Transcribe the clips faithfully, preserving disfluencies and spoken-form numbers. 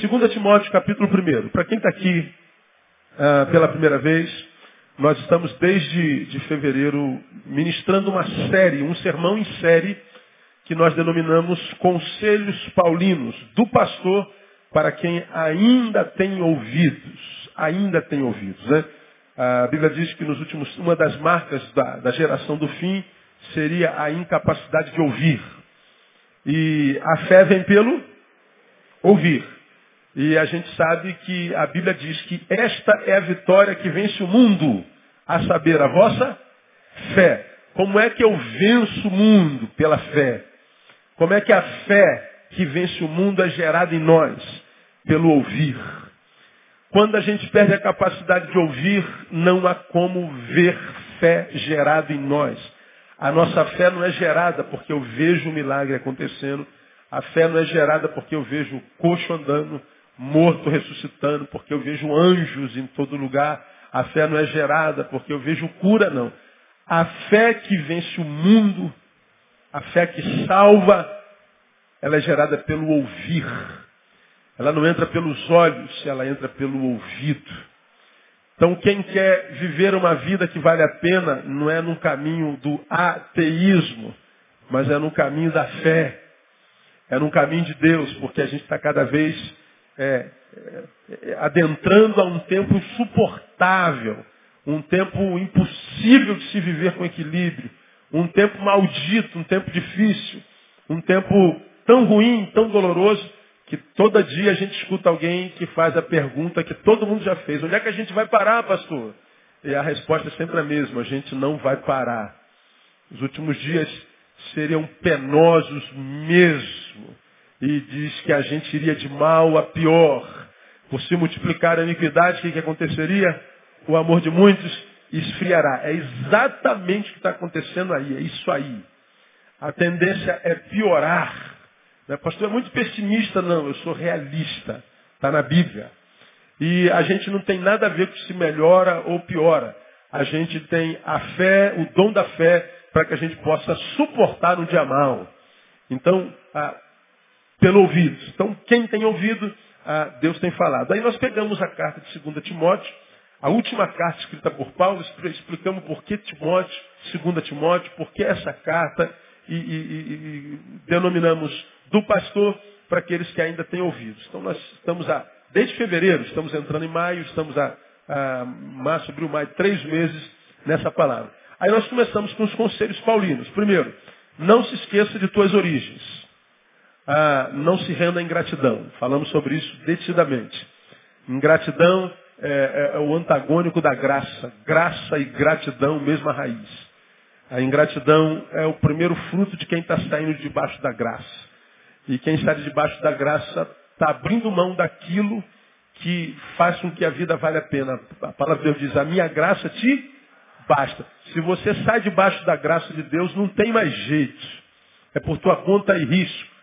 Segunda Timóteo, capítulo um. Para quem está aqui ah, pela primeira vez, nós estamos desde de fevereiro ministrando uma série, um sermão em série, que nós denominamos Conselhos Paulinos, do pastor para quem ainda tem ouvidos. Ainda tem ouvidos, né? A Bíblia diz que nos últimos, uma das marcas da, da geração do fim seria a incapacidade de ouvir. E a fé vem pelo ouvir. E a gente sabe que a Bíblia diz que esta é a vitória que vence o mundo, a saber, a vossa fé. Como é que eu venço o mundo? Pela fé. Como é que a fé que vence o mundo é gerada em nós? Pelo ouvir. Quando a gente perde a capacidade de ouvir, não há como ver fé gerada em nós. A nossa fé não é gerada porque eu vejo o milagre acontecendo. A fé não é gerada porque eu vejo o coxo andando, morto ressuscitando, porque eu vejo anjos em todo lugar. A fé não é gerada porque eu vejo cura, não. A fé que vence o mundo, a fé que salva, ela é gerada pelo ouvir. Ela não entra pelos olhos, ela entra pelo ouvido. Então quem quer viver uma vida que vale a pena não é no caminho do ateísmo, mas é no caminho da fé. É no caminho de Deus, porque a gente está cada vez é, é, adentrando a um tempo insuportável, um tempo impossível de se viver com equilíbrio, um tempo maldito, um tempo difícil, um tempo tão ruim, tão doloroso, que todo dia a gente escuta alguém que faz a pergunta que todo mundo já fez: onde é que a gente vai parar, pastor? E a resposta é sempre a mesma: a gente não vai parar. Os últimos dias seriam penosos mesmo. E diz que a gente iria de mal a pior. Por se multiplicar a iniquidade, o que, que aconteceria? O amor de muitos esfriará. É exatamente o que está acontecendo aí, é isso aí. A tendência é piorar. Né? Pastor, é muito pessimista. Não, eu sou realista. Está na Bíblia. E a gente não tem nada a ver com se melhora ou piora. A gente tem a fé, o dom da fé, para que a gente possa suportar um dia mal. Então, ah, pelo ouvido. Então, quem tem ouvido, ah, Deus tem falado. Aí nós pegamos a carta de Segunda Timóteo, a última carta escrita por Paulo, explicamos por que Timóteo, Segunda Timóteo, por que essa carta, e, e, e, e denominamos do pastor para aqueles que ainda têm ouvidos. Então, nós estamos a, desde fevereiro, estamos entrando em maio, estamos a, a março, abril, maio, três meses nessa palavra. Aí nós começamos com os conselhos paulinos. Primeiro, não se esqueça de tuas origens. Ah, não se renda à ingratidão. Falamos sobre isso detidamente. Ingratidão é, é, é o antagônico da graça. Graça e gratidão, mesma raiz. A ingratidão é o primeiro fruto de quem está saindo debaixo da graça. E quem está debaixo da graça está abrindo mão daquilo que faz com que a vida vale a pena. A palavra de Deus diz: a minha graça te basta. Se você sai debaixo da graça de Deus, não tem mais jeito. É por tua conta e risco.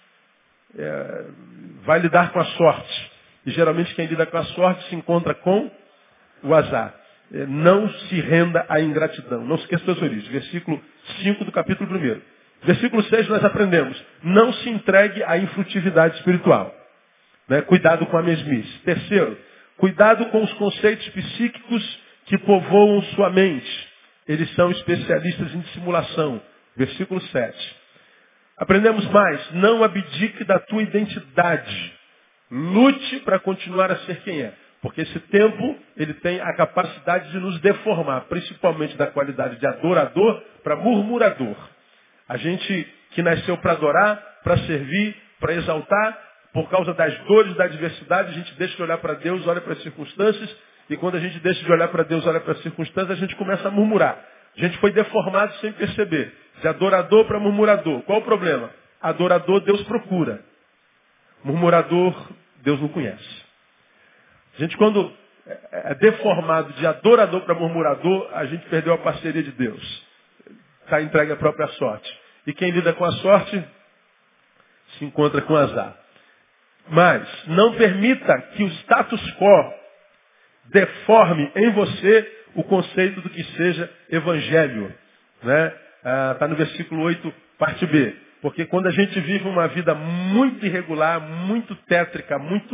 É, vai lidar com a sorte. E geralmente quem lida com a sorte se encontra com o azar. É, não se renda à ingratidão. Não se esqueça das origens. Versículo cinco do capítulo um. Versículo seis nós aprendemos: não se entregue à infrutividade espiritual. Né? Cuidado com a mesmice. Terceiro, cuidado com os conceitos psíquicos que povoam sua mente. Eles são especialistas em dissimulação. Versículo sete. Aprendemos mais: não abdique da tua identidade. Lute para continuar a ser quem é. Porque esse tempo, ele tem a capacidade de nos deformar, principalmente da qualidade de adorador para murmurador. A gente que nasceu para adorar, para servir, para exaltar, por causa das dores, da adversidade, a gente deixa de olhar para Deus, olha para as circunstâncias, e quando a gente deixa de olhar para Deus, olha para as circunstâncias, a gente começa a murmurar. A gente foi deformado sem perceber. De adorador para murmurador. Qual o problema? Adorador, Deus procura. Murmurador, Deus não conhece. A gente, quando é deformado de adorador para murmurador, a gente perdeu a parceria de Deus. Está entregue à própria sorte. E quem lida com a sorte, se encontra com azar. Mas não permita que o status quo deforme em você o conceito do que seja evangelho. Né? Está no versículo oito, parte B. Porque quando a gente vive uma vida muito irregular, muito tétrica, muito,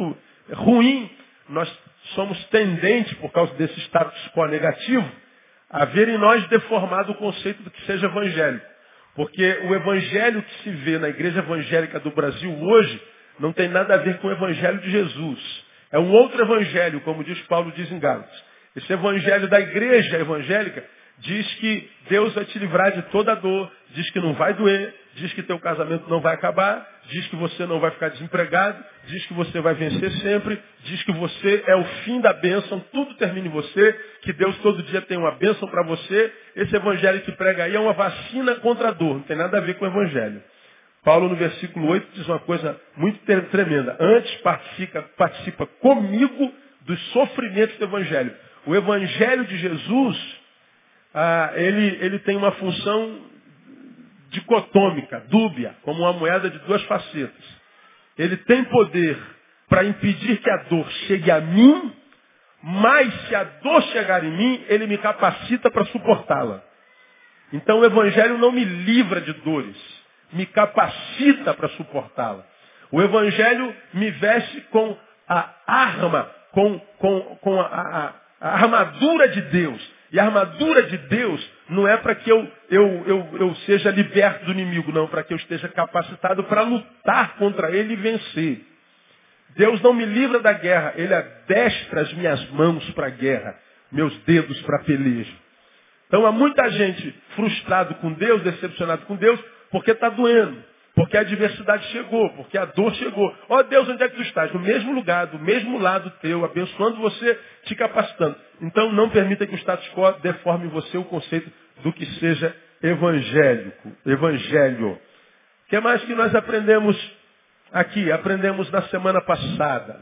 ruim, nós somos tendentes, por causa desse status quo negativo, a ver em nós deformado o conceito do que seja evangélico. Porque o evangelho que se vê na igreja evangélica do Brasil hoje não tem nada a ver com o evangelho de Jesus. É um outro evangelho, como diz Paulo diz em Gálatas. Esse evangelho da igreja evangélica diz que Deus vai te livrar de toda dor, diz que não vai doer, diz que teu casamento não vai acabar, diz que você não vai ficar desempregado, diz que você vai vencer sempre, diz que você é o fim da bênção, tudo termina em você, que Deus todo dia tem uma bênção para você. Esse evangelho que prega aí é uma vacina contra a dor, não tem nada a ver com o evangelho. Paulo, no versículo oito, diz uma coisa muito tremenda. Antes participa, participa comigo dos sofrimentos do evangelho. O evangelho de Jesus, ah, ele, ele tem uma função dicotômica, dúbia, como uma moeda de duas facetas. Ele tem poder para impedir que a dor chegue a mim, mas se a dor chegar em mim, ele me capacita para suportá-la. Então o evangelho não me livra de dores, me capacita para suportá-la. O evangelho me veste com a arma, com, com, com a, a, a armadura de Deus. E a armadura de Deus não é para que eu, eu, eu, eu seja liberto do inimigo, não, para que eu esteja capacitado para lutar contra ele e vencer. Deus não me livra da guerra, ele adestra as minhas mãos para a guerra, meus dedos para a peleja. Então há muita gente frustrado com Deus, decepcionado com Deus, porque está doendo, porque a adversidade chegou, porque a dor chegou. Ó Deus, onde é que tu estás? No mesmo lugar, do mesmo lado teu, abençoando você, te capacitando. Então não permita que o status quo deforme em você o conceito do que seja evangélico, evangelho. O que mais que nós aprendemos aqui? Aprendemos na semana passada.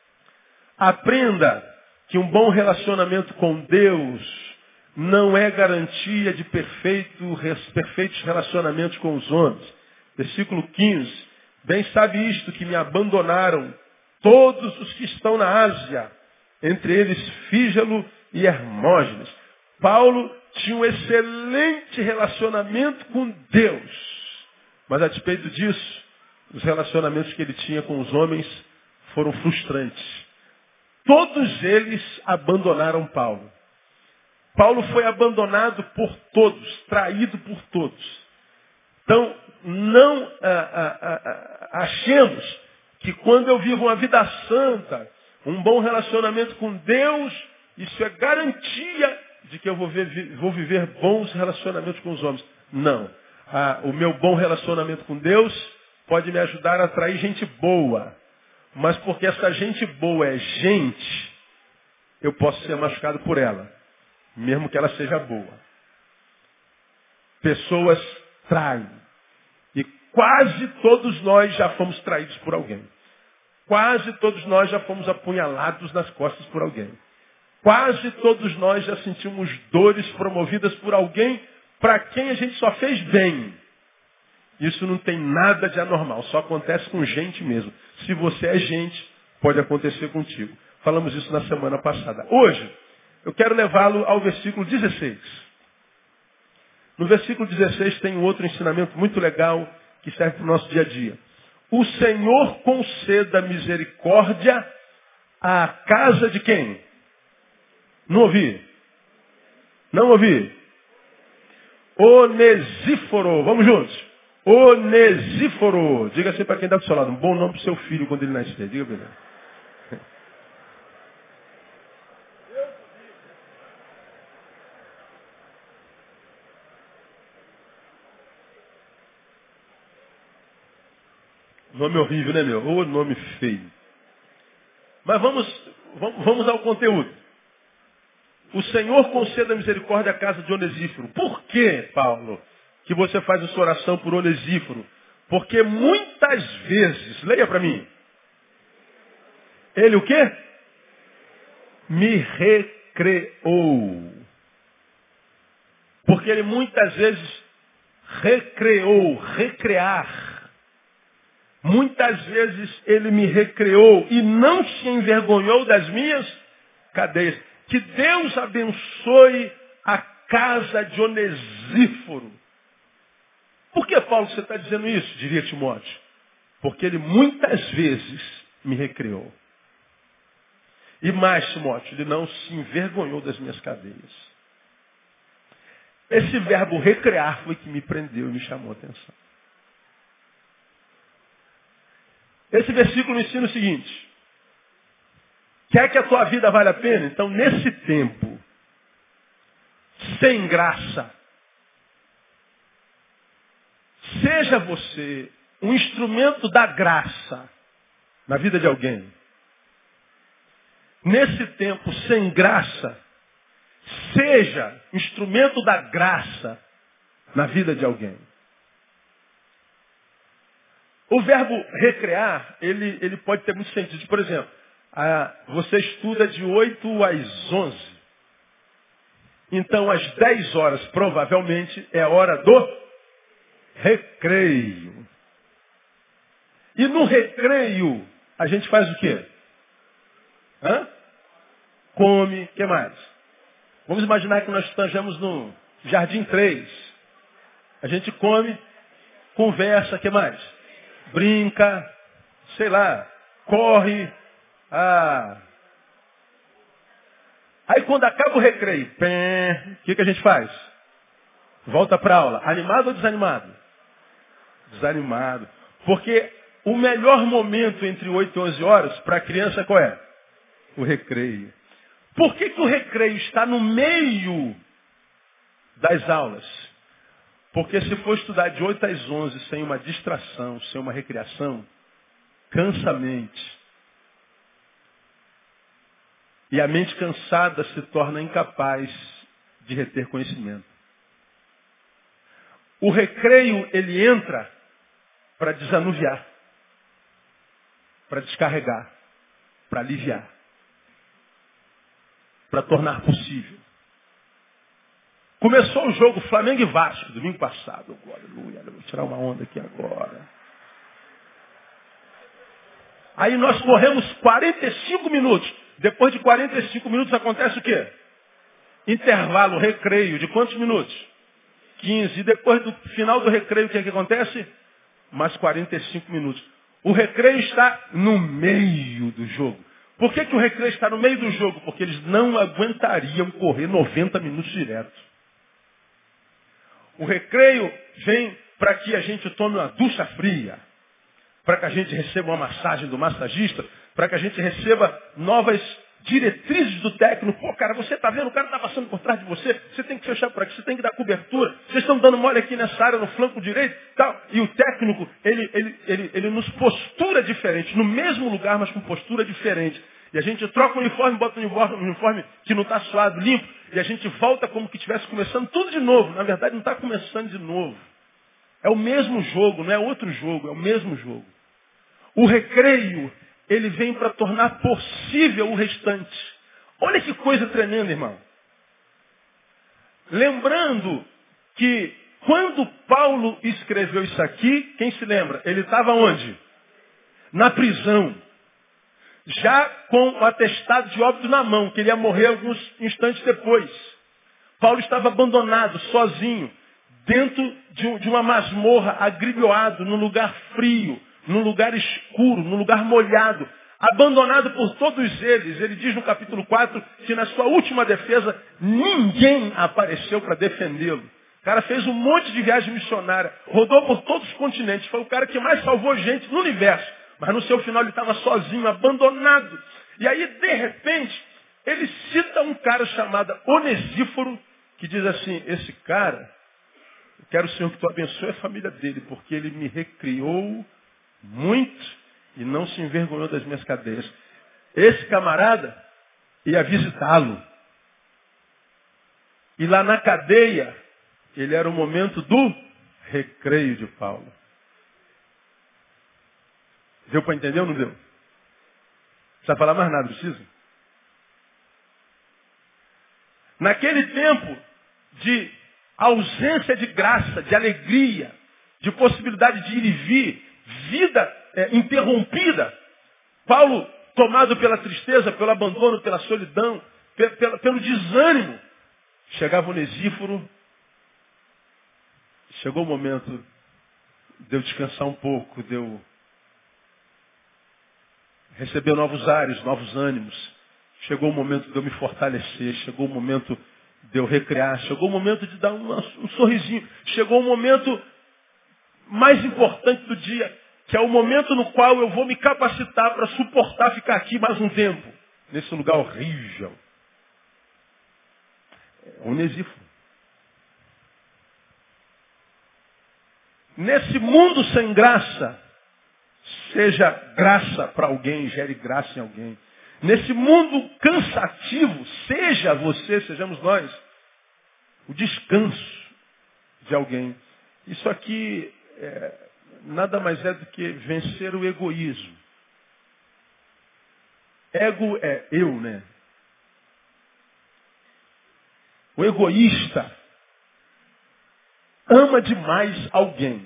Aprenda que um bom relacionamento com Deus não é garantia de perfeito, perfeitos relacionamentos com os homens. Versículo quinze. Bem sabe isto, que me abandonaram todos os que estão na Ásia, entre eles Fígelo e Hermógenes. Paulo tinha um excelente relacionamento com Deus. Mas a despeito disso, os relacionamentos que ele tinha com os homens foram frustrantes. Todos eles abandonaram Paulo. Paulo foi abandonado por todos, traído por todos. Então, não ah, ah, ah, achemos que quando eu vivo uma vida santa, um bom relacionamento com Deus, isso é garantia de que eu vou, ver, vou viver bons relacionamentos com os homens. Não. Ah, o meu bom relacionamento com Deus pode me ajudar a atrair gente boa. Mas porque essa gente boa é gente, eu posso ser machucado por ela, mesmo que ela seja boa. Pessoas traem. E quase todos nós já fomos traídos por alguém. Quase todos nós já fomos apunhalados nas costas por alguém. Quase todos nós já sentimos dores promovidas por alguém para quem a gente só fez bem. Isso não tem nada de anormal, só acontece com gente mesmo. Se você é gente, pode acontecer contigo. Falamos isso na semana passada. Hoje, eu quero levá-lo ao versículo dezesseis. No versículo dezesseis tem um outro ensinamento muito legal que serve para o nosso dia a dia. O Senhor conceda misericórdia à casa de quem? Não ouvi. Não ouvi. Onesíforo. Vamos juntos. Onesíforo. Diga assim para quem está do seu lado. Um bom nome para o seu filho quando ele nascer. Diga para ele. Nome horrível, né, meu? Ô, nome feio. Mas vamos, vamos ao conteúdo. O Senhor conceda misericórdia à casa de Onesíforo. Por que, Paulo, que você faz essa oração por Onesíforo? Porque muitas vezes, leia para mim, ele o quê? Me recreou. Porque ele muitas vezes recreou, recrear. Muitas vezes ele me recreou e não se envergonhou das minhas cadeias. Que Deus abençoe a casa de Onesíforo. Por que, Paulo, você está dizendo isso? Diria Timóteo. Porque ele muitas vezes me recreou. E mais, Timóteo, ele não se envergonhou das minhas cadeias. Esse verbo recrear foi que me prendeu e me chamou a atenção. Esse versículo me ensina o seguinte. Quer que a tua vida valha a pena? Então, nesse tempo, sem graça, seja você um instrumento da graça na vida de alguém. Nesse tempo sem graça, seja instrumento da graça na vida de alguém. O verbo recrear, ele, ele pode ter muito sentido. Por exemplo, a, você estuda de oito às onze. Então, às dez horas, provavelmente, é a hora do recreio. E no recreio, a gente faz o quê? Hã? Come, o que mais? Vamos imaginar que nós estejamos no Jardim três. A gente come, conversa, o que mais? Brinca, sei lá, corre. Ah. Aí quando acaba o recreio, o que, que a gente faz? Volta para a aula. Animado ou desanimado? Desanimado. Porque o melhor momento entre oito e onze horas para a criança qual é? O recreio. Por que, que o recreio está no meio das aulas? Porque se for estudar de oito às onze sem uma distração, sem uma recreação, cansa a mente. E a mente cansada se torna incapaz de reter conhecimento. O recreio, ele entra para desanuviar, para descarregar, para aliviar, para tornar possível. Começou o jogo Flamengo e Vasco, domingo passado. Oh, aleluia, vou tirar uma onda aqui agora. Aí nós corremos quarenta e cinco minutos. Depois de quarenta e cinco minutos acontece o quê? Intervalo, recreio. De quantos minutos? quinze. E depois do final do recreio, o que é que acontece? Mais quarenta e cinco minutos. O recreio está no meio do jogo. Por que, que o recreio está no meio do jogo? Porque eles não aguentariam correr noventa minutos direto. O recreio vem para que a gente tome uma ducha fria, para que a gente receba uma massagem do massagista, para que a gente receba novas diretrizes do técnico. Pô, cara, você está vendo, o cara está passando por trás de você, você tem que fechar por aqui, você tem que dar cobertura, vocês estão dando mole aqui nessa área, no flanco direito, tal. E o técnico, ele, ele, ele, ele nos postura diferente, no mesmo lugar, mas com postura diferente. E a gente troca o uniforme, bota o uniforme, uniforme que não está suado, limpo, e a gente volta como que estivesse começando tudo de novo. Na verdade, não está começando de novo. É o mesmo jogo, não é outro jogo, é o mesmo jogo. O recreio, ele vem para tornar possível o restante. Olha que coisa tremenda, irmão. Lembrando que quando Paulo escreveu isso aqui, quem se lembra? Ele estava onde? Na prisão. Já com o atestado de óbito na mão, que ele ia morrer alguns instantes depois. Paulo estava abandonado, sozinho, dentro de, de uma masmorra, agrilhoado, num lugar frio, num lugar escuro, num lugar molhado, abandonado por todos eles. Ele diz no capítulo quatro que na sua última defesa, ninguém apareceu para defendê-lo. O cara fez um monte de viagem missionária, rodou por todos os continentes, foi o cara que mais salvou gente no universo. Mas no seu final ele estava sozinho, abandonado. E aí, de repente, ele cita um cara chamado Onesíforo, que diz assim, esse cara, eu quero, Senhor, que tu abençoe a família dele, porque ele me recriou muito e não se envergonhou das minhas cadeias. Esse camarada ia visitá-lo. E lá na cadeia, ele era o momento do recreio de Paulo. Deu para entender ou não deu? Não precisa falar mais nada, precisa? Naquele tempo de ausência de graça, de alegria, de possibilidade de ir e vir, vida é, interrompida, Paulo, tomado pela tristeza, pelo abandono, pela solidão, pelo, pelo, pelo desânimo, chegava o Onesíforo, chegou o momento de eu descansar um pouco, de eu receber novos ares, novos ânimos. Chegou o momento de eu me fortalecer, chegou o momento de eu recriar, chegou o momento de dar uma, um sorrisinho, chegou o momento mais importante do dia, que é o momento no qual eu vou me capacitar para suportar ficar aqui mais um tempo, nesse lugar horrível. É Onesíforo. Nesse mundo sem graça, seja graça para alguém, gere graça em alguém. Nesse mundo cansativo, seja você, sejamos nós, o descanso de alguém. Isso aqui é, nada mais é do que vencer o egoísmo. Ego é eu, né? O egoísta ama demais alguém.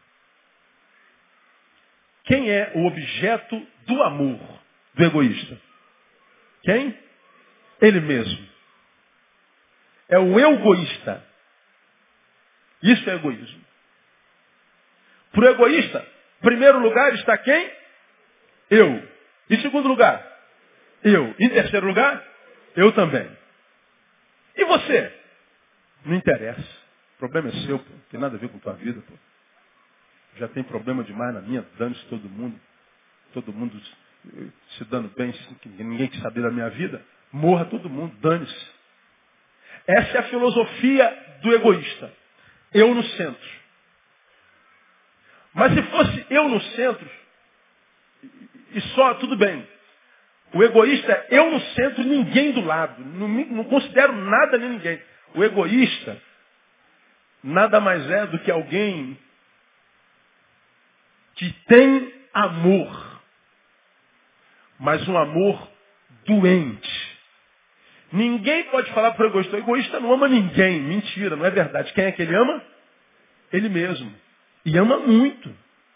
Quem é o objeto do amor do egoísta? Quem? Ele mesmo. É o egoísta. Isso é egoísmo. Para o egoísta, em primeiro lugar está quem? Eu. Em segundo lugar, eu. Em terceiro lugar, eu também. E você? Não interessa. O problema é seu, pô. Não tem nada a ver com a tua vida, pô. Já tem problema demais na minha, dando-se todo mundo. Todo mundo se dando bem, ninguém quer saber da minha vida. Morra todo mundo, dane-se. Essa é a filosofia do egoísta. Eu no centro. Mas se fosse eu no centro, e só, tudo bem. O egoísta é eu no centro e ninguém do lado. Não, não considero nada nem ninguém. O egoísta nada mais é do que alguém que tem amor, mas um amor doente. Ninguém pode falar para o egoísta, o egoísta não ama ninguém. Mentira, não é verdade. Quem é que ele ama? Ele mesmo. E ama muito.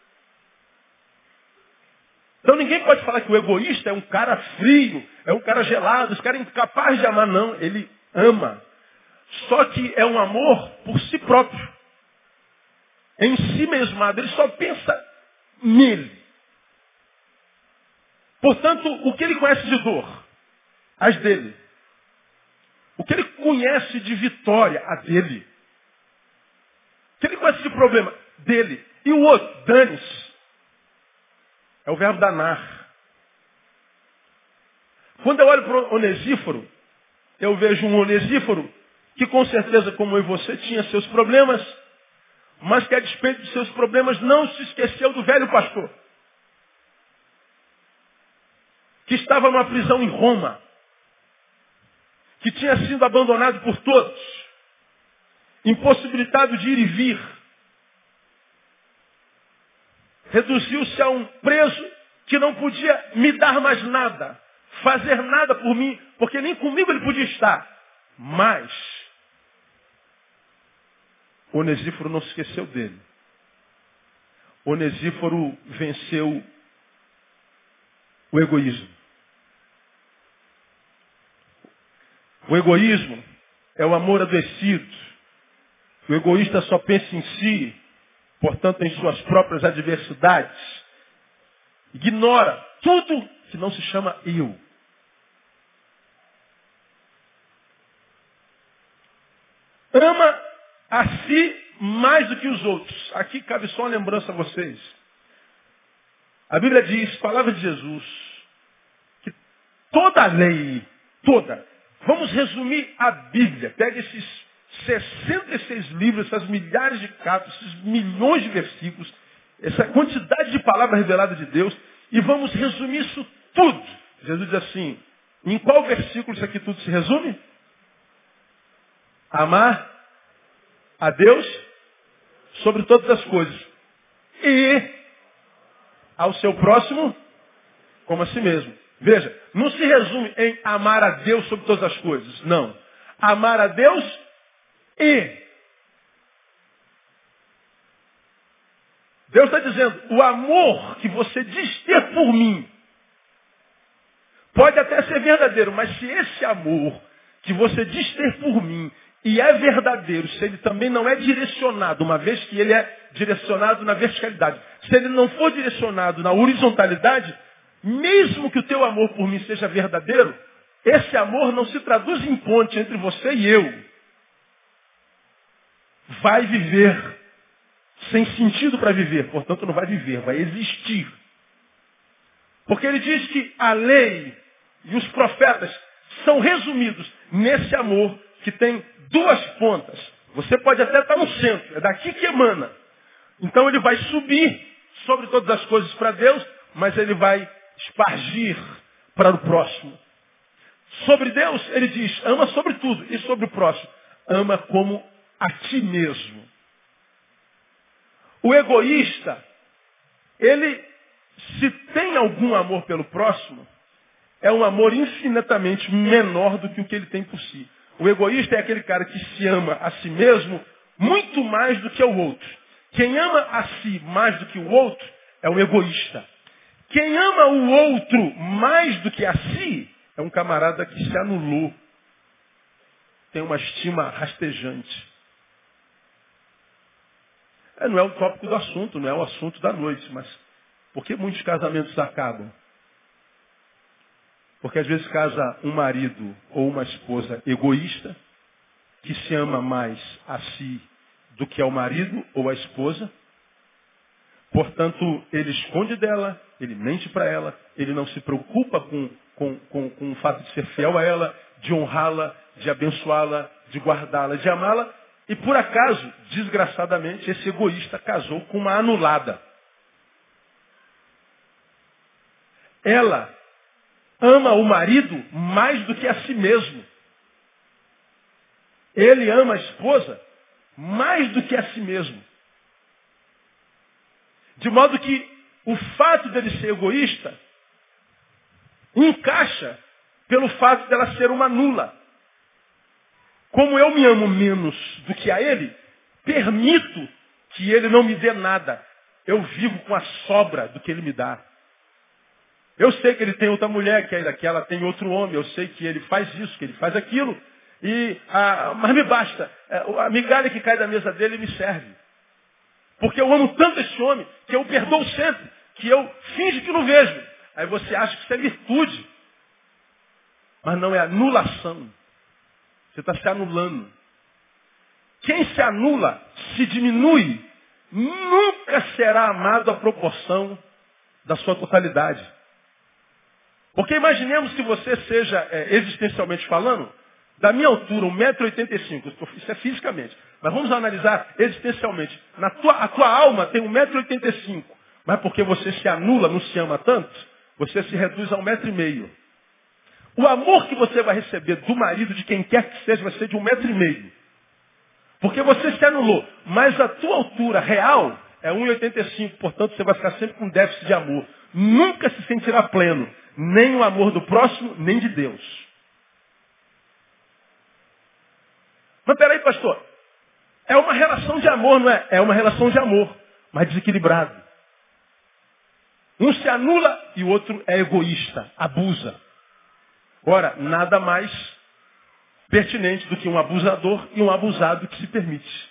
Então ninguém pode falar que o egoísta é um cara frio, é um cara gelado, esse cara é incapaz de amar. Não, ele ama. Só que é um amor por si próprio. Em si mesmado. Ele só pensa nele. Portanto, o que ele conhece de dor? As dele. O que ele conhece de vitória? A dele. O que ele conhece de problema? Dele. E o outro? Dane-se. É o verbo danar. Quando eu olho para o Onesíforo, eu vejo um Onesíforo que com certeza, como eu e você, tinha seus problemas, mas que a despeito de seus problemas não se esqueceu do velho pastor. Que estava numa prisão em Roma. Que tinha sido abandonado por todos. Impossibilitado de ir e vir. Reduziu-se a um preso que não podia me dar mais nada. Fazer nada por mim, porque nem comigo ele podia estar. Mas Onesíforo não se esqueceu dele. Onesíforo venceu o egoísmo. O egoísmo é o amor adoecido. O egoísta só pensa em si, portanto em suas próprias adversidades. Ignora tudo que não se chama eu. Ama a si mais do que os outros. Aqui cabe só uma lembrança a vocês. A Bíblia diz, palavra de Jesus, que toda a lei, toda, vamos resumir a Bíblia. Pega esses sessenta e seis livros, essas milhares de capítulos, esses milhões de versículos, essa quantidade de palavras reveladas de Deus, e vamos resumir isso tudo. Jesus diz assim, em qual versículo isso aqui tudo se resume? Amar a Deus sobre todas as coisas. E ao seu próximo como a si mesmo. Veja, não se resume em amar a Deus sobre todas as coisas. Não. Amar a Deus e Deus está dizendo, o amor que você diz ter por mim pode até ser verdadeiro, mas se esse amor que você diz ter por mim e é verdadeiro, se ele também não é direcionado, uma vez que ele é direcionado na verticalidade, se ele não for direcionado na horizontalidade, mesmo que o teu amor por mim seja verdadeiro, esse amor não se traduz em ponte entre você e eu. Vai viver sem sentido para viver, portanto não vai viver, vai existir. Porque ele diz que a lei e os profetas são resumidos nesse amor que tem duas pontas. Você pode até estar no centro, é daqui que emana. Então ele vai subir sobre todas as coisas para Deus, mas ele vai espargir para o próximo. Sobre Deus, ele diz, ama sobre tudo, e sobre o próximo, ama como a ti mesmo. O egoísta, ele, se tem algum amor pelo próximo, é um amor infinitamente menor do que o que ele tem por si. O egoísta é aquele cara que se ama a si mesmo muito mais do que ao outro. Quem ama a si mais do que o outro é um egoísta. Quem ama o outro mais do que a si é um camarada que se anulou. Tem uma estima rastejante. É, não é o tópico do assunto, não é o assunto da noite, mas por que muitos casamentos acabam? Porque às vezes casa um marido ou uma esposa egoísta, que se ama mais a si do que ao marido ou à esposa. Portanto, ele esconde dela, ele mente para ela, ele não se preocupa com, com, com, com o fato de ser fiel a ela, de honrá-la, de abençoá-la, de guardá-la, de amá-la. E por acaso, desgraçadamente, esse egoísta casou com uma anulada. Ela ama o marido mais do que a si mesmo. Ele ama a esposa mais do que a si mesmo. De modo que o fato dele ser egoísta encaixa pelo fato dela ser uma nula. Como eu me amo menos do que a ele, permito que ele não me dê nada. Eu vivo com a sobra do que ele me dá. Eu sei que ele tem outra mulher, que ela tem outro homem. Eu sei que ele faz isso, que ele faz aquilo. E, ah, mas me basta. A migalha que cai da mesa dele me serve. Porque eu amo tanto esse homem que eu o perdoo sempre. Que eu finjo que não vejo. Aí você acha que isso é virtude. Mas não, é anulação. Você está se anulando. Quem se anula, se diminui, nunca será amado à proporção da sua totalidade. Porque imaginemos que você seja, é, existencialmente falando, da minha altura, um metro e oitenta e cinco. Isso é fisicamente. Mas vamos analisar existencialmente. Na tua, a tua alma tem um metro e oitenta e cinco. Mas porque você se anula, não se ama tanto, você se reduz a um metro e meio. O amor que você vai receber do marido, de quem quer que seja, vai ser de um metro e meio. Porque você se anulou. Mas a tua altura real é um metro e oitenta e cinco. Portanto, você vai ficar sempre com déficit de amor. Nunca se sentirá pleno. Nem o amor do próximo, nem de Deus. Mas peraí, pastor. É uma relação de amor, não é? É uma relação de amor, mas desequilibrado. Um se anula e o outro é egoísta, abusa. Ora, nada mais pertinente do que um abusador e um abusado que se permite.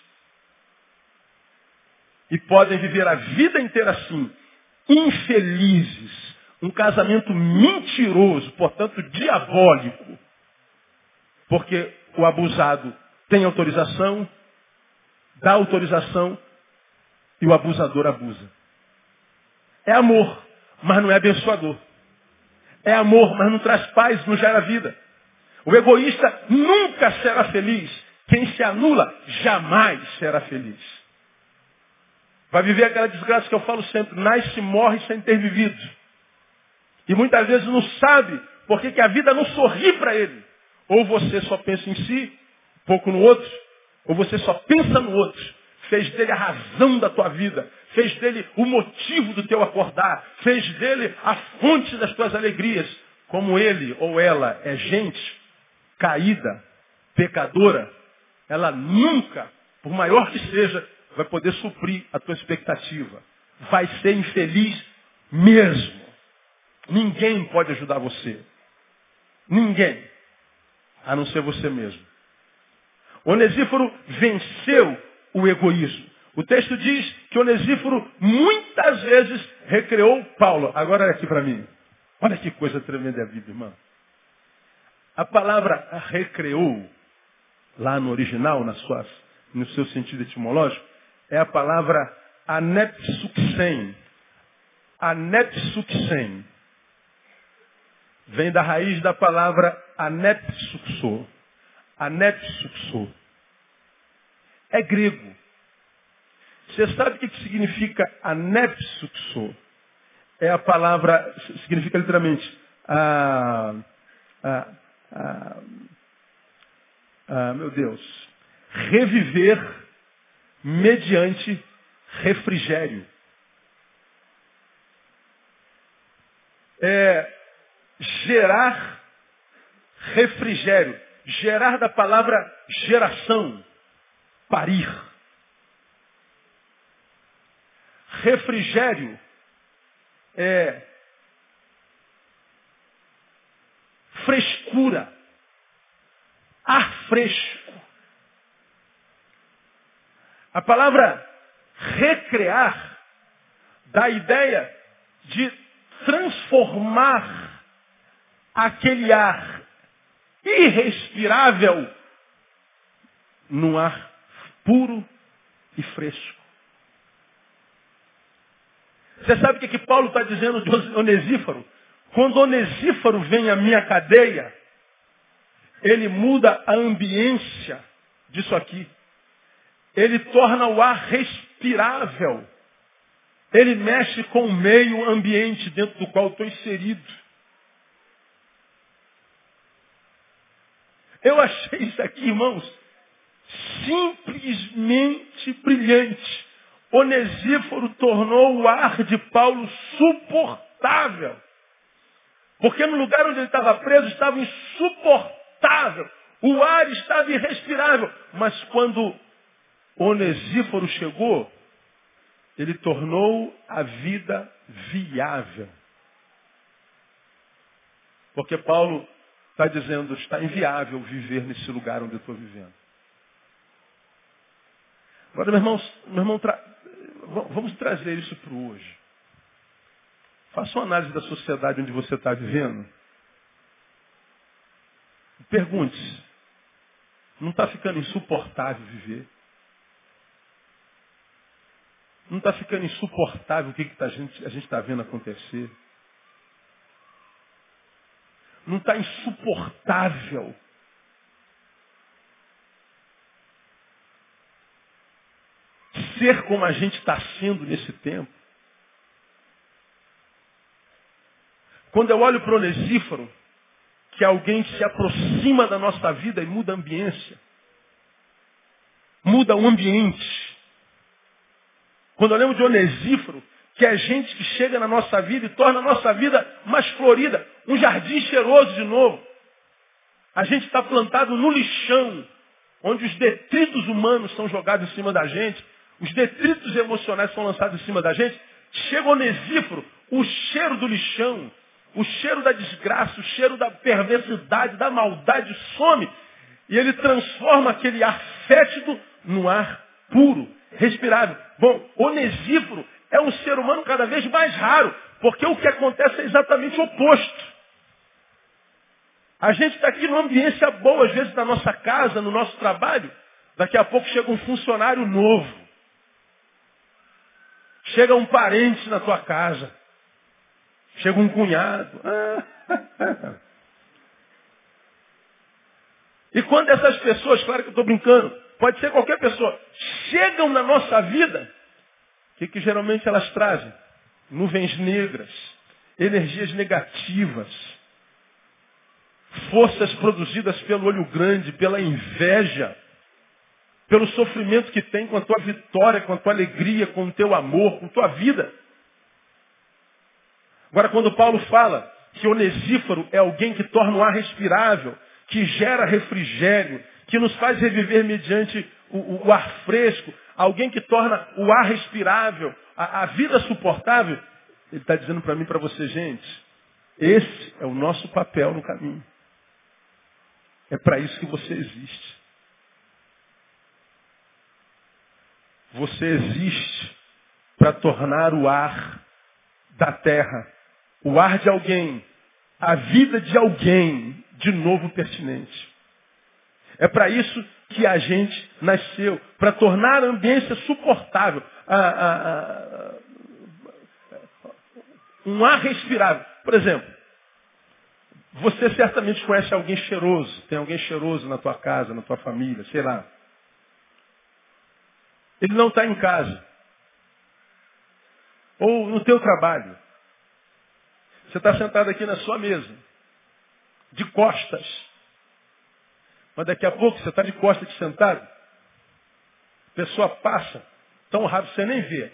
E podem viver a vida inteira assim, infelizes. Um casamento mentiroso, portanto diabólico. Porque o abusado tem autorização, dá autorização e o abusador abusa. É amor, mas não é abençoador. É amor, mas não traz paz, não gera vida. O egoísta nunca será feliz. Quem se anula jamais será feliz. Vai viver aquela desgraça que eu falo sempre. Nasce e morre sem ter vivido. E muitas vezes não sabe porque que a vida não sorri para ele. Ou você só pensa em si, pouco no outro, ou você só pensa no outro. Fez dele a razão da tua vida. Fez dele o motivo do teu acordar. Fez dele a fonte das tuas alegrias. Como ele ou ela é gente caída, pecadora, ela nunca, por maior que seja, vai poder suprir a tua expectativa. Vai ser infeliz mesmo. Ninguém pode ajudar você. Ninguém. A não ser você mesmo. Onesíforo venceu o egoísmo. O texto diz que Onesíforo muitas vezes recreou Paulo. Agora olha aqui para mim. Olha que coisa tremenda é a Bíblia, irmão. A palavra recreou, lá no original, na sua, no seu sentido etimológico, é a palavra anepsuxen. Anepsuxen. Vem da raiz da palavra anepsuxo. Anepsuxo. É grego. Você sabe o que significa anepsuxo? É a palavra, significa literalmente, ah, ah, ah, ah, meu Deus, reviver mediante refrigério. É gerar refrigério. Gerar da palavra geração, parir. Refrigério é frescura, ar fresco. A palavra recrear dá a ideia de transformar aquele ar irrespirável num ar puro e fresco. Você sabe o que, que Paulo está dizendo de Onesíforo? Quando Onesíforo vem à minha cadeia, ele muda a ambiência disso aqui. Ele torna o ar respirável. Ele mexe com o meio ambiente dentro do qual estou inserido. Eu achei isso aqui, irmãos, simplesmente brilhante. Onesíforo tornou o ar de Paulo suportável. Porque no lugar onde ele estava preso estava insuportável. O ar estava irrespirável. Mas quando Onesíforo chegou, ele tornou a vida viável. Porque Paulo está dizendo, está inviável viver nesse lugar onde eu estou vivendo. Agora, meu irmão, meu irmão tra... vamos trazer isso para o hoje. Faça uma análise da sociedade onde você está vivendo. Pergunte-se, não está ficando insuportável viver? Não está ficando insuportável o que, que a gente a está vendo acontecer? Não está insuportável ser como a gente está sendo nesse tempo? Quando eu olho para o Onesíforo, que é alguém que se aproxima da nossa vida e muda a ambiência, muda o ambiente. Quando eu lembro de Onesíforo, que é gente que chega na nossa vida e torna a nossa vida mais florida, um jardim cheiroso de novo. A gente está plantado no lixão, onde os detritos humanos são jogados em cima da gente, os detritos emocionais são lançados em cima da gente. Chega Onesíforo, o cheiro do lixão, o cheiro da desgraça, o cheiro da perversidade, da maldade some. E ele transforma aquele ar fétido num ar puro, respirável. Bom, Onesíforo é um ser humano cada vez mais raro, porque o que acontece é exatamente o oposto. A gente está aqui numa ambiência boa, às vezes na nossa casa, no nosso trabalho. Daqui a pouco chega um funcionário novo. Chega um parente na tua casa. Chega um cunhado. E quando essas pessoas, claro que eu estou brincando, pode ser qualquer pessoa, chegam na nossa vida, o que, que geralmente elas trazem? Nuvens negras, energias negativas, forças produzidas pelo olho grande, pela inveja, pelo sofrimento que tem com a tua vitória, com a tua alegria, com o teu amor, com a tua vida. Agora, quando Paulo fala que Onesíforo é alguém que torna o ar respirável, que gera refrigério, que nos faz reviver mediante o, o, o ar fresco, alguém que torna o ar respirável, a, a vida suportável, ele está dizendo para mim e para você, gente, esse é o nosso papel no caminho. É para isso que você existe. Você existe para tornar o ar da terra, o ar de alguém a vida de alguém de novo pertinente. É para isso que a gente nasceu, para tornar a ambiência suportável, a, a, a, um ar respirável. Por exemplo, você certamente conhece alguém cheiroso, tem alguém cheiroso na tua casa, na tua família, sei lá. Ele não está em casa. Ou no teu trabalho. Você está sentado aqui na sua mesa, de costas. Mas daqui a pouco você está de costas aqui sentado. A pessoa passa tão rápido que você nem vê.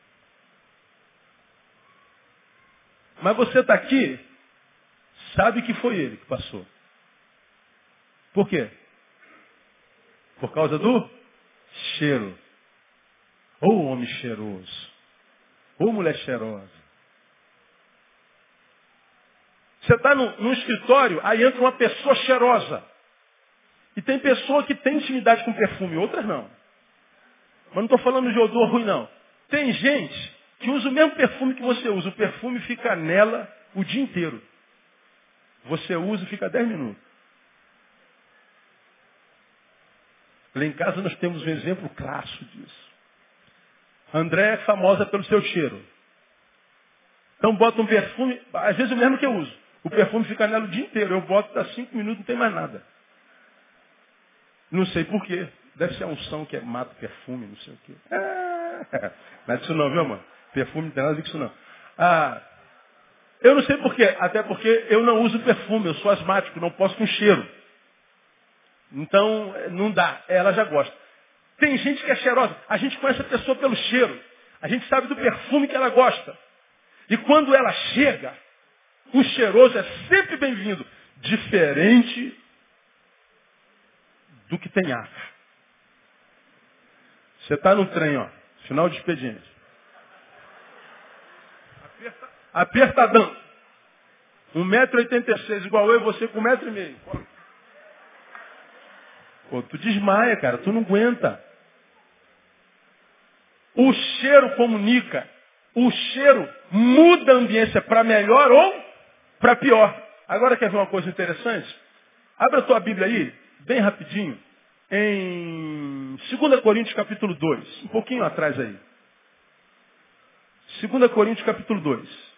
Mas você está aqui, sabe que foi ele que passou. Por quê? Por causa do cheiro. Ou homem cheiroso. Ou mulher cheirosa. Você está num, num escritório, aí entra uma pessoa cheirosa. E tem pessoa que tem intimidade com perfume, outras não. Mas não estou falando de odor ruim, não. Tem gente que usa o mesmo perfume que você usa. O perfume fica nela o dia inteiro. Você usa e fica dez minutos. Lá em casa nós temos um exemplo clássico disso. André é famosa pelo seu cheiro. Então bota um perfume, às vezes o mesmo que eu uso. O perfume fica nela o dia inteiro. Eu boto, dá cinco minutos, não tem mais nada. Não sei por quê. Deve ser a unção que é, mata perfume, não sei o quê. Ah, não é disso não, viu, amor? Perfume não tem nada a ver com isso não. Ah, eu não sei por quê. Até porque eu não uso perfume. Eu sou asmático, não posso com cheiro. Então, não dá. Ela já gosta. Tem gente que é cheirosa. A gente conhece a pessoa pelo cheiro. A gente sabe do perfume que ela gosta. E quando ela chega, o cheiroso é sempre bem-vindo. Diferente do que tem ar. Você está no trem, ó. Final de expediente. Aperta, apertadão. um metro e oitenta e seis, igual eu e você com um metro e meio. Pô, tu desmaia, cara. Tu não aguenta. O cheiro comunica. O cheiro muda a ambiência para melhor ou para pior. Agora quer ver uma coisa interessante? Abre a tua Bíblia aí, bem rapidinho, em dois Coríntios capítulo dois. Um pouquinho atrás aí. dois Coríntios capítulo dois.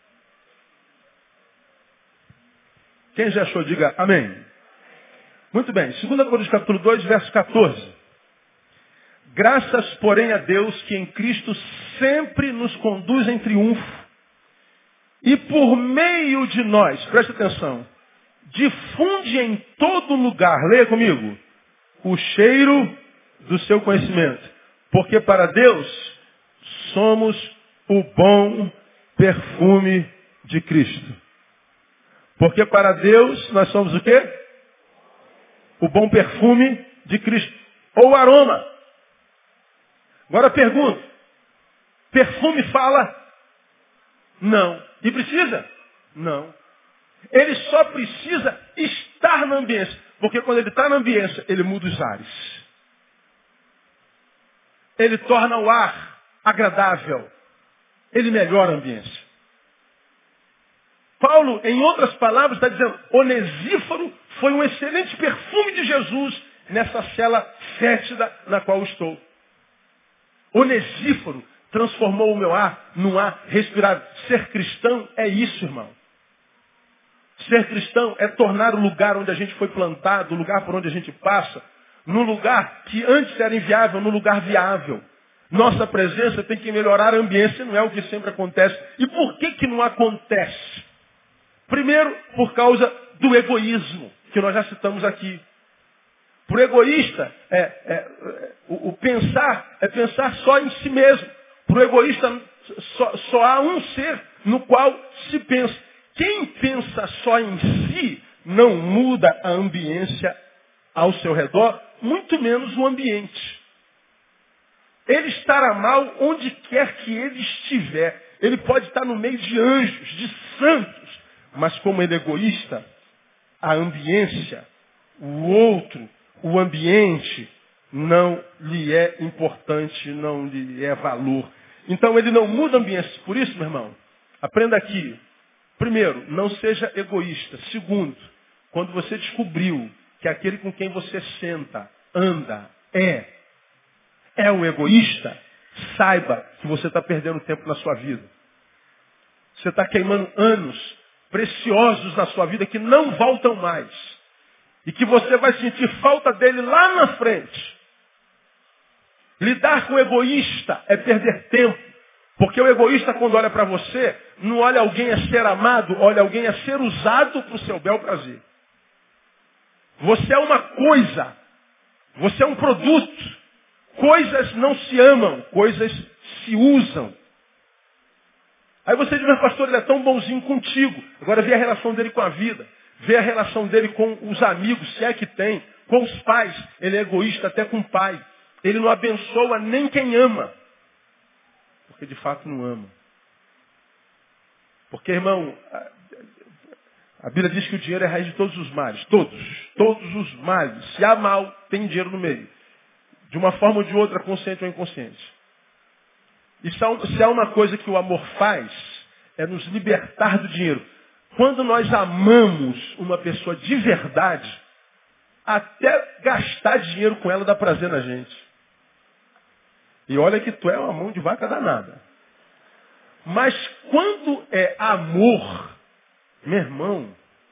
Quem já achou, diga amém. Muito bem. dois Coríntios capítulo dois, verso quatorze. Graças, porém, a Deus que em Cristo sempre nos conduz em triunfo e por meio de nós, presta atenção, difunde em todo lugar, leia comigo, o cheiro do seu conhecimento. Porque para Deus somos o bom perfume de Cristo. Porque para Deus nós somos o quê? O bom perfume de Cristo. Ou aroma. Agora pergunto, perfume fala? Não. E precisa? Não. Ele só precisa estar na ambiência. Porque quando ele está na ambiência, ele muda os ares. Ele torna o ar agradável. Ele melhora a ambiência. Paulo, em outras palavras, está dizendo, Onesíforo foi um excelente perfume de Jesus nessa cela fétida na qual estou. Onesíforo transformou o meu ar num ar respirável. Ser cristão é isso, irmão. Ser cristão é tornar o lugar onde a gente foi plantado, o lugar por onde a gente passa, num lugar que antes era inviável, num lugar viável. Nossa presença tem que melhorar a ambiência, não é o que sempre acontece. E por que que não acontece? Primeiro, por causa do egoísmo, que nós já citamos aqui. Para o egoísta, é, é, é, o, o pensar é pensar só em si mesmo. Para o egoísta, só, só há um ser no qual se pensa. Quem pensa só em si não muda a ambiência ao seu redor, muito menos o ambiente. Ele estará mal onde quer que ele estiver. Ele pode estar no meio de anjos, de santos, mas como ele é egoísta, a ambiência, o outro, o ambiente não lhe é importante, não lhe é valor. Então ele não muda a ambiência. Por isso, meu irmão, aprenda aqui. Primeiro, não seja egoísta. Segundo, quando você descobriu que aquele com quem você senta, anda, é, é um egoísta, saiba que você está perdendo tempo na sua vida. Você está queimando anos preciosos na sua vida que não voltam mais. E que você vai sentir falta dele lá na frente. Lidar com o egoísta é perder tempo. Porque o egoísta, quando olha para você, não olha alguém a ser amado, olha alguém a ser usado para o seu bel prazer. Você é uma coisa. Você é um produto. Coisas não se amam, coisas se usam. Aí você diz, mas pastor, ele é tão bonzinho contigo. Agora vê a relação dele com a vida. Vê a relação dele com os amigos, se é que tem. Com os pais. Ele é egoísta até com o pai. Ele não abençoa nem quem ama. Porque de fato não ama. Porque, irmão, a, a Bíblia diz que o dinheiro é a raiz de todos os males. Todos. Todos os males. Se há mal, tem dinheiro no meio. De uma forma ou de outra, consciente ou inconsciente. E se há uma coisa que o amor faz, é nos libertar do dinheiro. Quando nós amamos uma pessoa de verdade, até gastar dinheiro com ela dá prazer na gente. E olha que tu é uma mão de vaca danada. Mas quando é amor, meu irmão,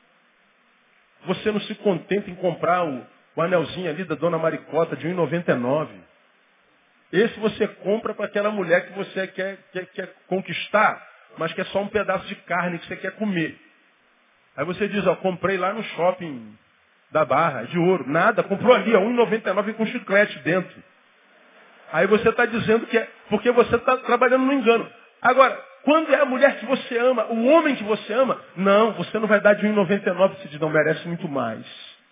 você não se contenta em comprar o, o anelzinho ali da Dona Maricota de um real e noventa e nove centavos. Esse você compra para aquela mulher que você quer, quer, quer conquistar, mas que é só um pedaço de carne que você quer comer. Aí você diz, ó, comprei lá no shopping da Barra, de ouro. Nada, comprou ali, ó, um real e noventa e nove centavos com chiclete dentro. Aí você está dizendo que é porque você está trabalhando no engano. Agora, quando é a mulher que você ama, o homem que você ama, não, você não vai dar de um real e noventa e nove centavos, você diz, não, merece muito mais.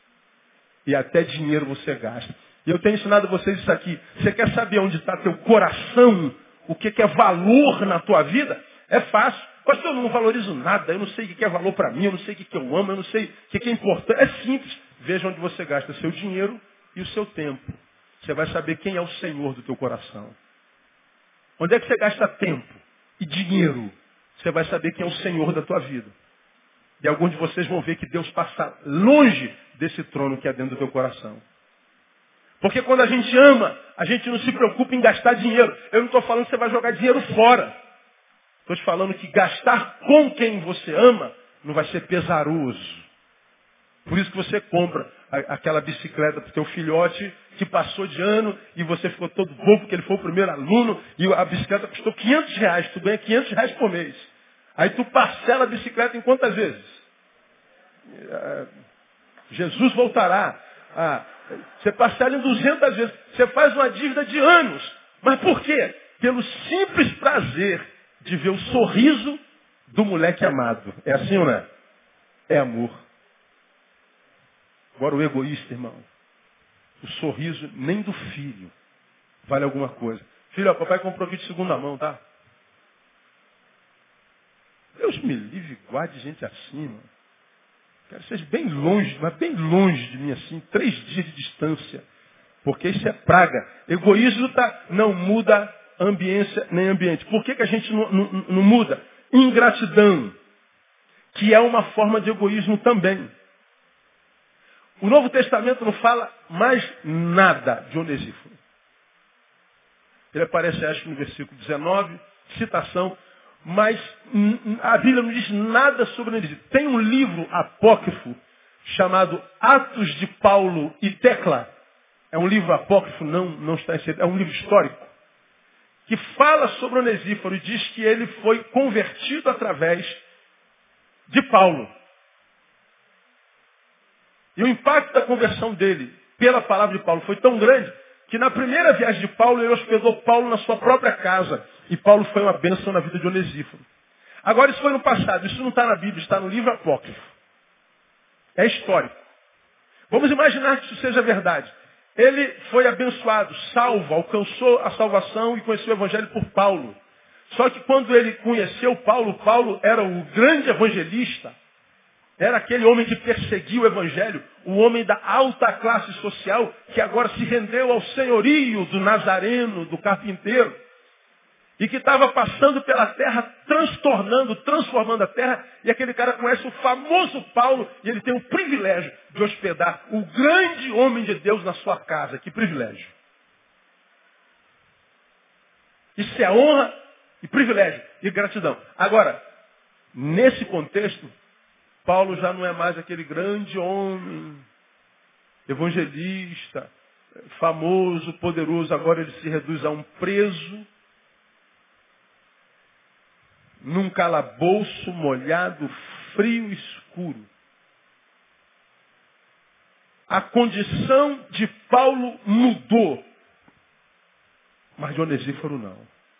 E até dinheiro você gasta. E eu tenho ensinado a vocês isso aqui. Você quer saber onde está teu coração? O que, que é valor na tua vida? É fácil. Pastor, eu não valorizo nada. Eu não sei o que é valor para mim. Eu não sei o que eu amo. Eu não sei o que é importante. É simples. Veja onde você gasta seu dinheiro e o seu tempo. Você vai saber quem é o Senhor do teu coração. Onde é que você gasta tempo e dinheiro? Você vai saber quem é o Senhor da tua vida. E alguns de vocês vão ver que Deus passa longe desse trono que é dentro do teu coração. Porque quando a gente ama, a gente não se preocupa em gastar dinheiro. Eu não estou falando que você vai jogar dinheiro fora. Estou te falando que gastar com quem você ama não vai ser pesaroso. Por isso que você compra aquela bicicleta para o teu filhote que passou de ano e você ficou todo bobo porque ele foi o primeiro aluno e a bicicleta custou quinhentos reais. Tu ganha quinhentos reais por mês. Aí tu parcela a bicicleta em quantas vezes? Jesus voltará. Ah, você parcela em duzentas vezes. Você faz uma dívida de anos. Mas por quê? Pelo simples prazer de ver o sorriso do moleque amado. É assim ou não é? É amor. Agora o egoísta, irmão. O sorriso nem do filho vale alguma coisa. Filho, ó, papai comprou aqui de segunda mão, tá? Deus me livre e guarde gente assim, mano. Quero que seja bem longe, mas bem longe de mim assim, três dias de distância. Porque isso é praga. Egoísmo tá, não muda ambiência nem ambiente. Por que, que a gente não, não, não muda? Ingratidão, que é uma forma de egoísmo também. O Novo Testamento não fala mais nada de Onesíforo. Ele aparece, acho que no versículo dezenove, citação, mas a Bíblia não diz nada sobre Onesíforo. Tem um livro apócrifo chamado Atos de Paulo e Tecla. É um livro apócrifo, não, não está inserido, é um livro histórico, que fala sobre Onesíforo e diz que ele foi convertido através de Paulo. E o impacto da conversão dele pela palavra de Paulo foi tão grande que na primeira viagem de Paulo, ele hospedou Paulo na sua própria casa. E Paulo foi uma bênção na vida de Onesíforo. Agora, isso foi no passado. Isso não está na Bíblia, está no livro apócrifo. É histórico. Vamos imaginar que isso seja verdade. Ele foi abençoado, salvo, alcançou a salvação e conheceu o Evangelho por Paulo. Só que quando ele conheceu Paulo, Paulo era o grande evangelista. Era aquele homem que perseguiu o Evangelho, o homem da alta classe social, que agora se rendeu ao senhorio do nazareno, do carpinteiro. e que estava passando pela terra, transtornando, transformando a terra, e aquele cara conhece o famoso Paulo, e ele tem o privilégio de hospedar o grande homem de Deus na sua casa. Que privilégio! Isso é honra e privilégio e gratidão. Agora, nesse contexto, Paulo já não é mais aquele grande homem, evangelista, famoso, poderoso. Agora ele se reduz a um preso, num calabouço molhado, frio e escuro. A condição de Paulo mudou, mas de Onesíforo não.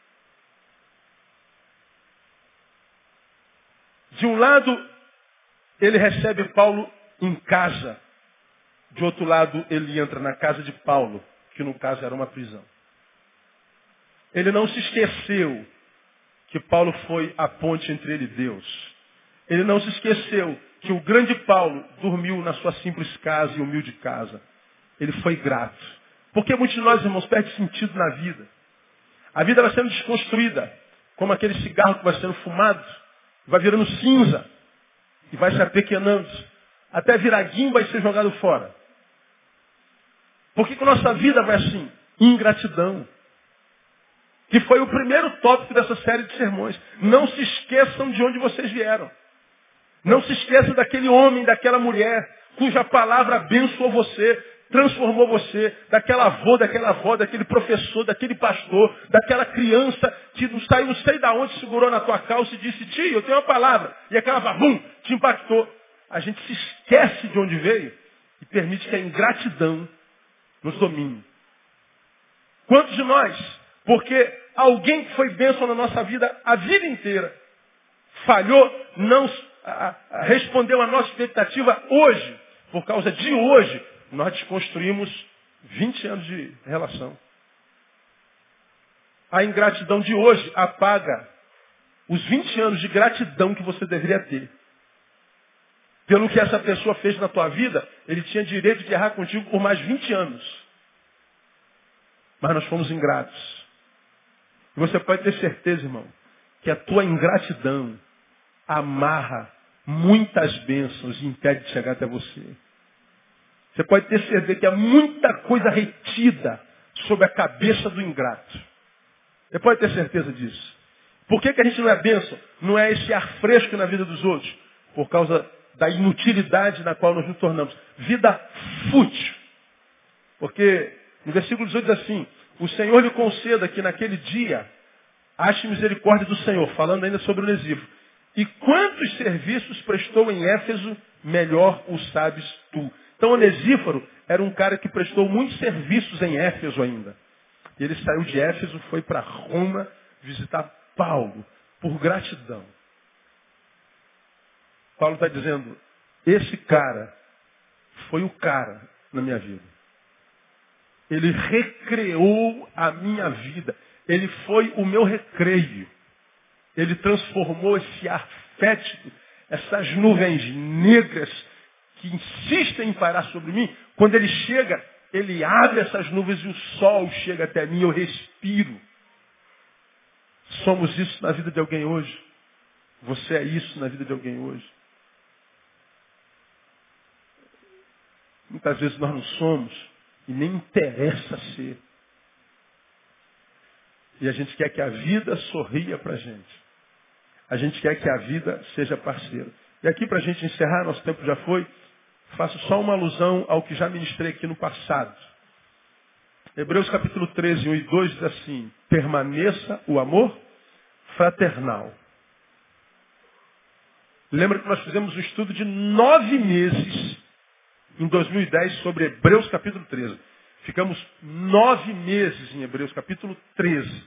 De um lado, ele recebe Paulo em casa. De outro lado, ele entra na casa de Paulo, que no caso era uma prisão. Ele não se esqueceu que Paulo foi a ponte entre ele e Deus. Ele não se esqueceu que o grande Paulo dormiu na sua simples casa e humilde casa. Ele foi grato. Porque muitos de nós, irmãos, perdem sentido na vida. A vida vai sendo desconstruída, como aquele cigarro que vai sendo fumado, vai virando cinza e vai se apequenando, até virar guimba e ser jogado fora. Por que que a nossa vida vai assim? Ingratidão. Que foi o primeiro tópico dessa série de sermões. Não se esqueçam de onde vocês vieram. Não se esqueçam daquele homem, daquela mulher, cuja palavra abençoou você, transformou você, daquela avô, daquela avó, daquele professor, daquele pastor, daquela criança que não saiu não sei de onde, segurou na tua calça e disse, tio, eu tenho uma palavra. E aquela babum, te impactou. A gente se esquece de onde veio e permite que a ingratidão nos domine. Quantos de nós, porque alguém que foi bênção na nossa vida a vida inteira, falhou, não a, a, respondeu a nossa expectativa hoje, por causa de hoje, nós desconstruímos vinte anos de relação. A ingratidão de hoje apaga os vinte anos de gratidão que você deveria ter. Pelo que essa pessoa fez na tua vida, ele tinha direito de errar contigo por mais vinte anos. Mas nós fomos ingratos. E você pode ter certeza, irmão, que a tua ingratidão amarra muitas bênçãos e impede de chegar até você. Você pode ter certeza que há muita coisa retida sobre a cabeça do ingrato. Você pode ter certeza disso. Por que que a gente não é bênção? Não é esse ar fresco na vida dos outros. Por causa da inutilidade na qual nós nos tornamos. Vida fútil. Porque no versículo dezoito diz assim, o Senhor lhe conceda que naquele dia ache misericórdia do Senhor, falando ainda sobre o Onesíforo. E quantos serviços prestou em Éfeso, melhor o sabes tu. Então Onesíforo era um cara que prestou muitos serviços em Éfeso ainda. E ele saiu de Éfeso, foi para Roma visitar Paulo, por gratidão. Paulo está dizendo, esse cara foi o cara na minha vida. Ele recreou a minha vida. Ele foi o meu recreio. Ele transformou esse ar fétido, essas nuvens negras que insistem em parar sobre mim. Quando ele chega, ele abre essas nuvens e o sol chega até mim, eu respiro. Somos isso na vida de alguém hoje. Você é isso na vida de alguém hoje. Muitas vezes nós não somos. E nem interessa ser. E a gente quer que a vida sorria para a gente. A gente quer que a vida seja parceira. E aqui para a gente encerrar, nosso tempo já foi, faço só uma alusão ao que já ministrei aqui no passado. Hebreus capítulo treze, um e dois diz assim, permaneça o amor fraternal. Lembra que nós fizemos um estudo de nove meses em dois mil e dez, sobre Hebreus capítulo treze. Ficamos nove meses em Hebreus capítulo treze.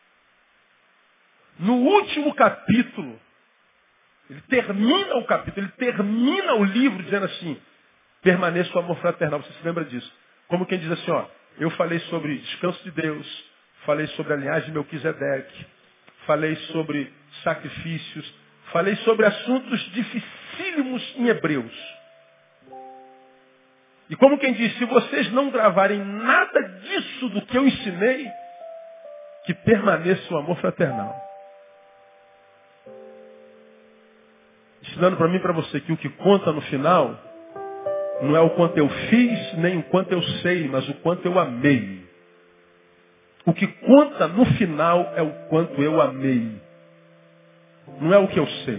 No último capítulo, ele termina o capítulo, ele termina o livro dizendo assim, permaneça o amor fraternal. Você se lembra disso? Como quem diz assim, ó, eu falei sobre descanso de Deus, falei sobre a linhagem de Melquisedeque, falei sobre sacrifícios, falei sobre assuntos dificílimos em Hebreus. E como quem diz, se vocês não gravarem nada disso do que eu ensinei, que permaneça o amor fraternal. Ensinando para mim e para você que o que conta no final não é o quanto eu fiz, nem o quanto eu sei, mas o quanto eu amei. O que conta no final é o quanto eu amei. Não é o que eu sei.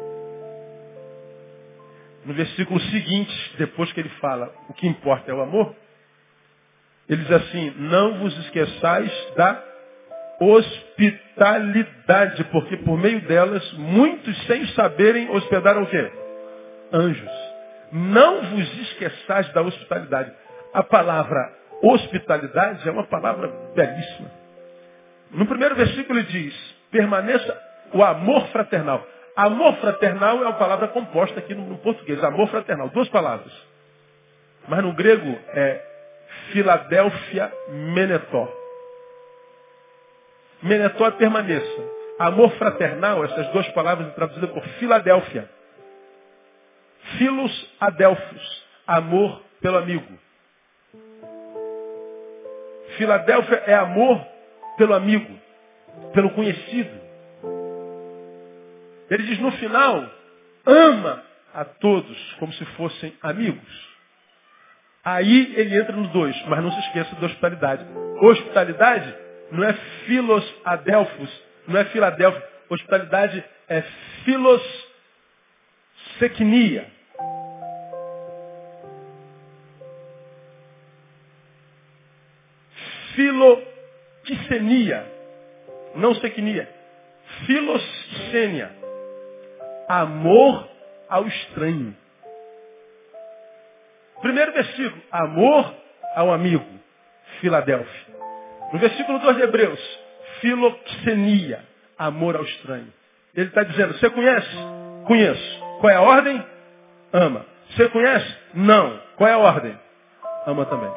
No versículo seguinte, depois que ele fala o que importa é o amor, ele diz assim, não vos esqueçais da hospitalidade, porque por meio delas, muitos sem saberem hospedaram o quê? Anjos. Não vos esqueçais da hospitalidade. A palavra hospitalidade é uma palavra belíssima. No primeiro versículo ele diz, permaneça o amor fraternal. Amor fraternal é uma palavra composta aqui no, no português. Amor fraternal, duas palavras. Mas no grego é Filadélfia Menetó. Menetó é permaneça. Amor fraternal, essas duas palavras são traduzidas por Filadélfia. Filos adelphos, amor pelo amigo. Filadélfia é amor pelo amigo, pelo conhecido. Ele diz no final, ama a todos como se fossem amigos. Aí ele entra no dois, mas não se esqueça da hospitalidade. Hospitalidade não é filos adelphos, não é Filadélfia. Hospitalidade é filos secnia. Filoxenia, não secnia. Filosênia, amor ao estranho. Primeiro versículo, amor ao amigo, Filadélfia. No versículo dois de Hebreus, filoxenia, amor ao estranho. Ele está dizendo, você conhece? Conheço. Qual é a ordem? Ama. Você conhece? Não. Qual é a ordem? Ama também.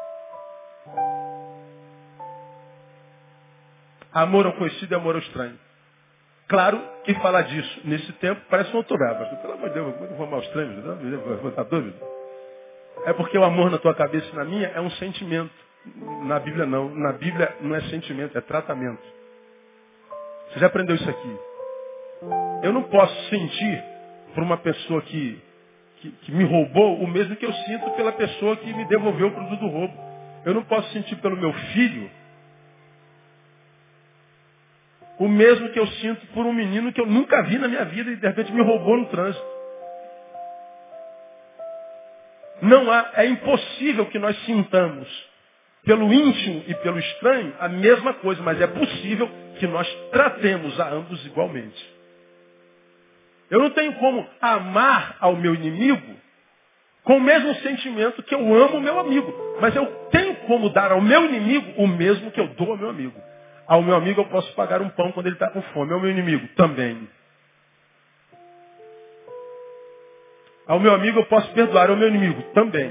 Amor ao conhecido e amor ao estranho. Claro que falar disso nesse tempo parece um autoraba. Pelo amor de Deus, eu vou amar os estranhos, vou estar doido. É porque o amor na tua cabeça e na minha é um sentimento. Na Bíblia não. Na Bíblia não é sentimento, é tratamento. Você já aprendeu isso aqui? Eu não posso sentir por uma pessoa que, que, que me roubou o mesmo que eu sinto pela pessoa que me devolveu o produto do roubo. Eu não posso sentir pelo meu filho o mesmo que eu sinto por um menino que eu nunca vi na minha vida e de repente me roubou no trânsito. Não há, é impossível que nós sintamos pelo íntimo e pelo estranho a mesma coisa, mas é possível que nós tratemos a ambos igualmente. Eu não tenho como amar ao meu inimigo com o mesmo sentimento que eu amo o meu amigo, mas eu tenho como dar ao meu inimigo o mesmo que eu dou ao meu amigo. Ao meu amigo eu posso pagar um pão quando ele está com fome. Ao meu inimigo também. Ao meu amigo eu posso perdoar. Ao meu inimigo também.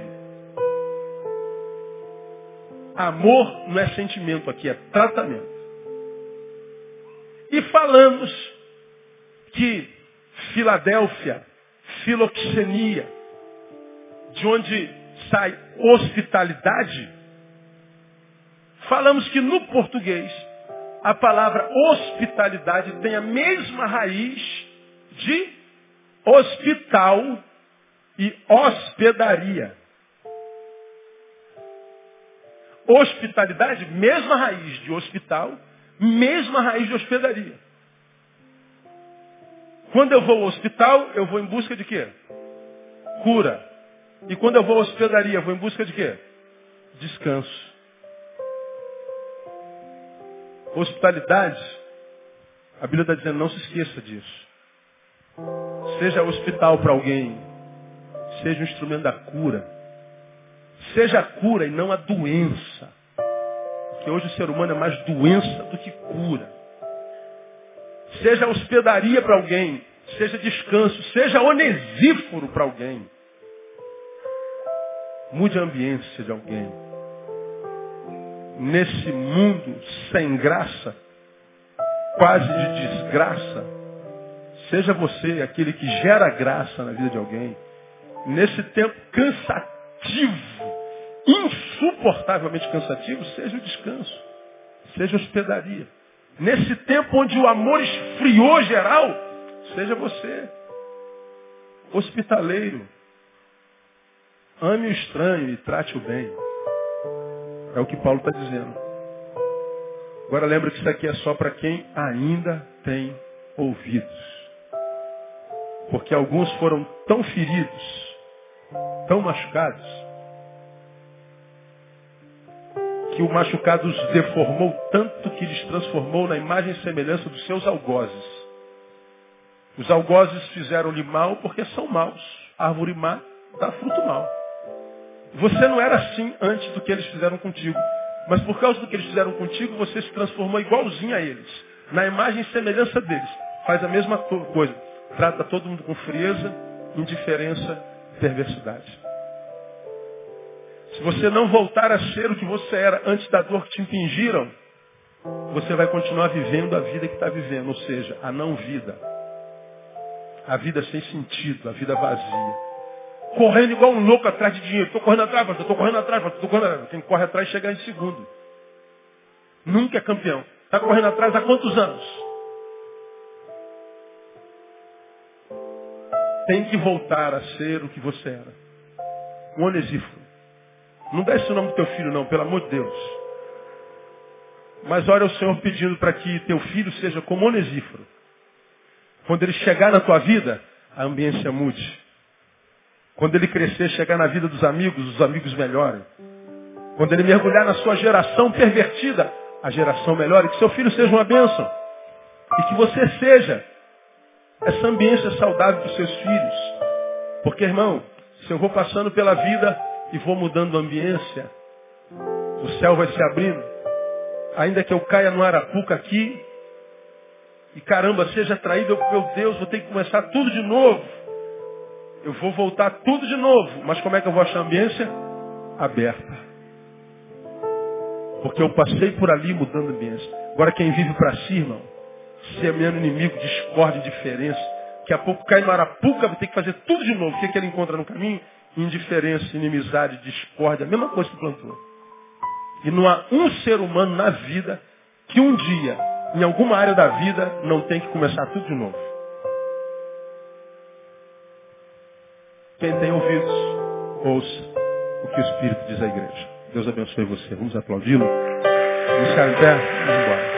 Amor não é sentimento aqui, é tratamento. E falamos que Filadélfia, filoxenia, de onde sai hospitalidade, falamos que no português a palavra hospitalidade tem a mesma raiz de hospital e hospedaria. Hospitalidade, mesma raiz de hospital, mesma raiz de hospedaria. Quando eu vou ao hospital, eu vou em busca de quê? Cura. E quando eu vou à hospedaria, eu vou em busca de quê? Descanso. Hospitalidade, a Bíblia está dizendo, não se esqueça disso. Seja hospital para alguém, seja um instrumento da cura. Seja a cura e não a doença. Porque hoje o ser humano é mais doença do que cura. Seja hospedaria para alguém, seja descanso, seja onesíforo para alguém. Mude a ambiência de alguém. Nesse mundo sem graça, quase de desgraça, seja você aquele que gera graça na vida de alguém. Nesse tempo cansativo, insuportavelmente cansativo, seja o descanso. seja hospedaria. Nesse tempo onde o amor esfriou geral, seja você hospitaleiro. Ame o estranho e trate-o bem. É o que Paulo está dizendo. Agora lembra que isso aqui é só para quem ainda tem ouvidos. Porque alguns foram tão feridos, tão machucados, que o machucado os deformou tanto que lhes transformou na imagem e semelhança dos seus algozes. Os algozes fizeram-lhe mal porque são maus. A árvore má dá fruto mau. Você não era assim antes do que eles fizeram contigo. Mas por causa do que eles fizeram contigo, você se transformou igualzinho a eles. Na imagem e semelhança deles. Faz a mesma coisa. Trata todo mundo com frieza, indiferença, perversidade. Se você não voltar a ser o que você era antes da dor que te impingiram, você vai continuar vivendo a vida que está vivendo. Ou seja, a não vida. A vida sem sentido, a vida vazia. Correndo igual um louco atrás de dinheiro. Estou correndo atrás, mas estou correndo atrás, mas estou correndo atrás. Quem corre atrás chega em segundo. Nunca é campeão. Está correndo atrás há quantos anos? Tem que voltar a ser o que você era. Um Onesíforo. Não dá esse nome do teu filho não, pelo amor de Deus. Mas olha o Senhor pedindo para que teu filho seja como Onesíforo. Quando ele chegar na tua vida, a ambiência mude. Quando ele crescer, chegar na vida dos amigos, os amigos melhorem. Quando ele mergulhar na sua geração pervertida, a geração melhore. Que seu filho seja uma bênção. E que você seja essa ambiência saudável dos seus filhos. Porque, irmão, se eu vou passando pela vida e vou mudando a ambiência, o céu vai se abrindo. Ainda que eu caia no arapuca aqui, e caramba, seja traído, eu, meu Deus, vou ter que começar tudo de novo. Eu vou voltar tudo de novo. Mas como é que eu vou achar a ambiência? Aberta. Porque eu passei por ali mudando a ambiência. Agora quem vive para si, irmão, semeando inimigo, discórdia, indiferença, daqui a pouco cai no arapuca, vai ter que fazer tudo de novo. O que, é que ele encontra no caminho? Indiferença, inimizade, discórdia, a mesma coisa que plantou. E não há um ser humano na vida que um dia, em alguma área da vida, não tem que começar tudo de novo. Quem tem ouvidos, ouça o que o Espírito diz à igreja. Deus abençoe você. Vamos aplaudi-lo. Vamos ficar em pé, vamos embora.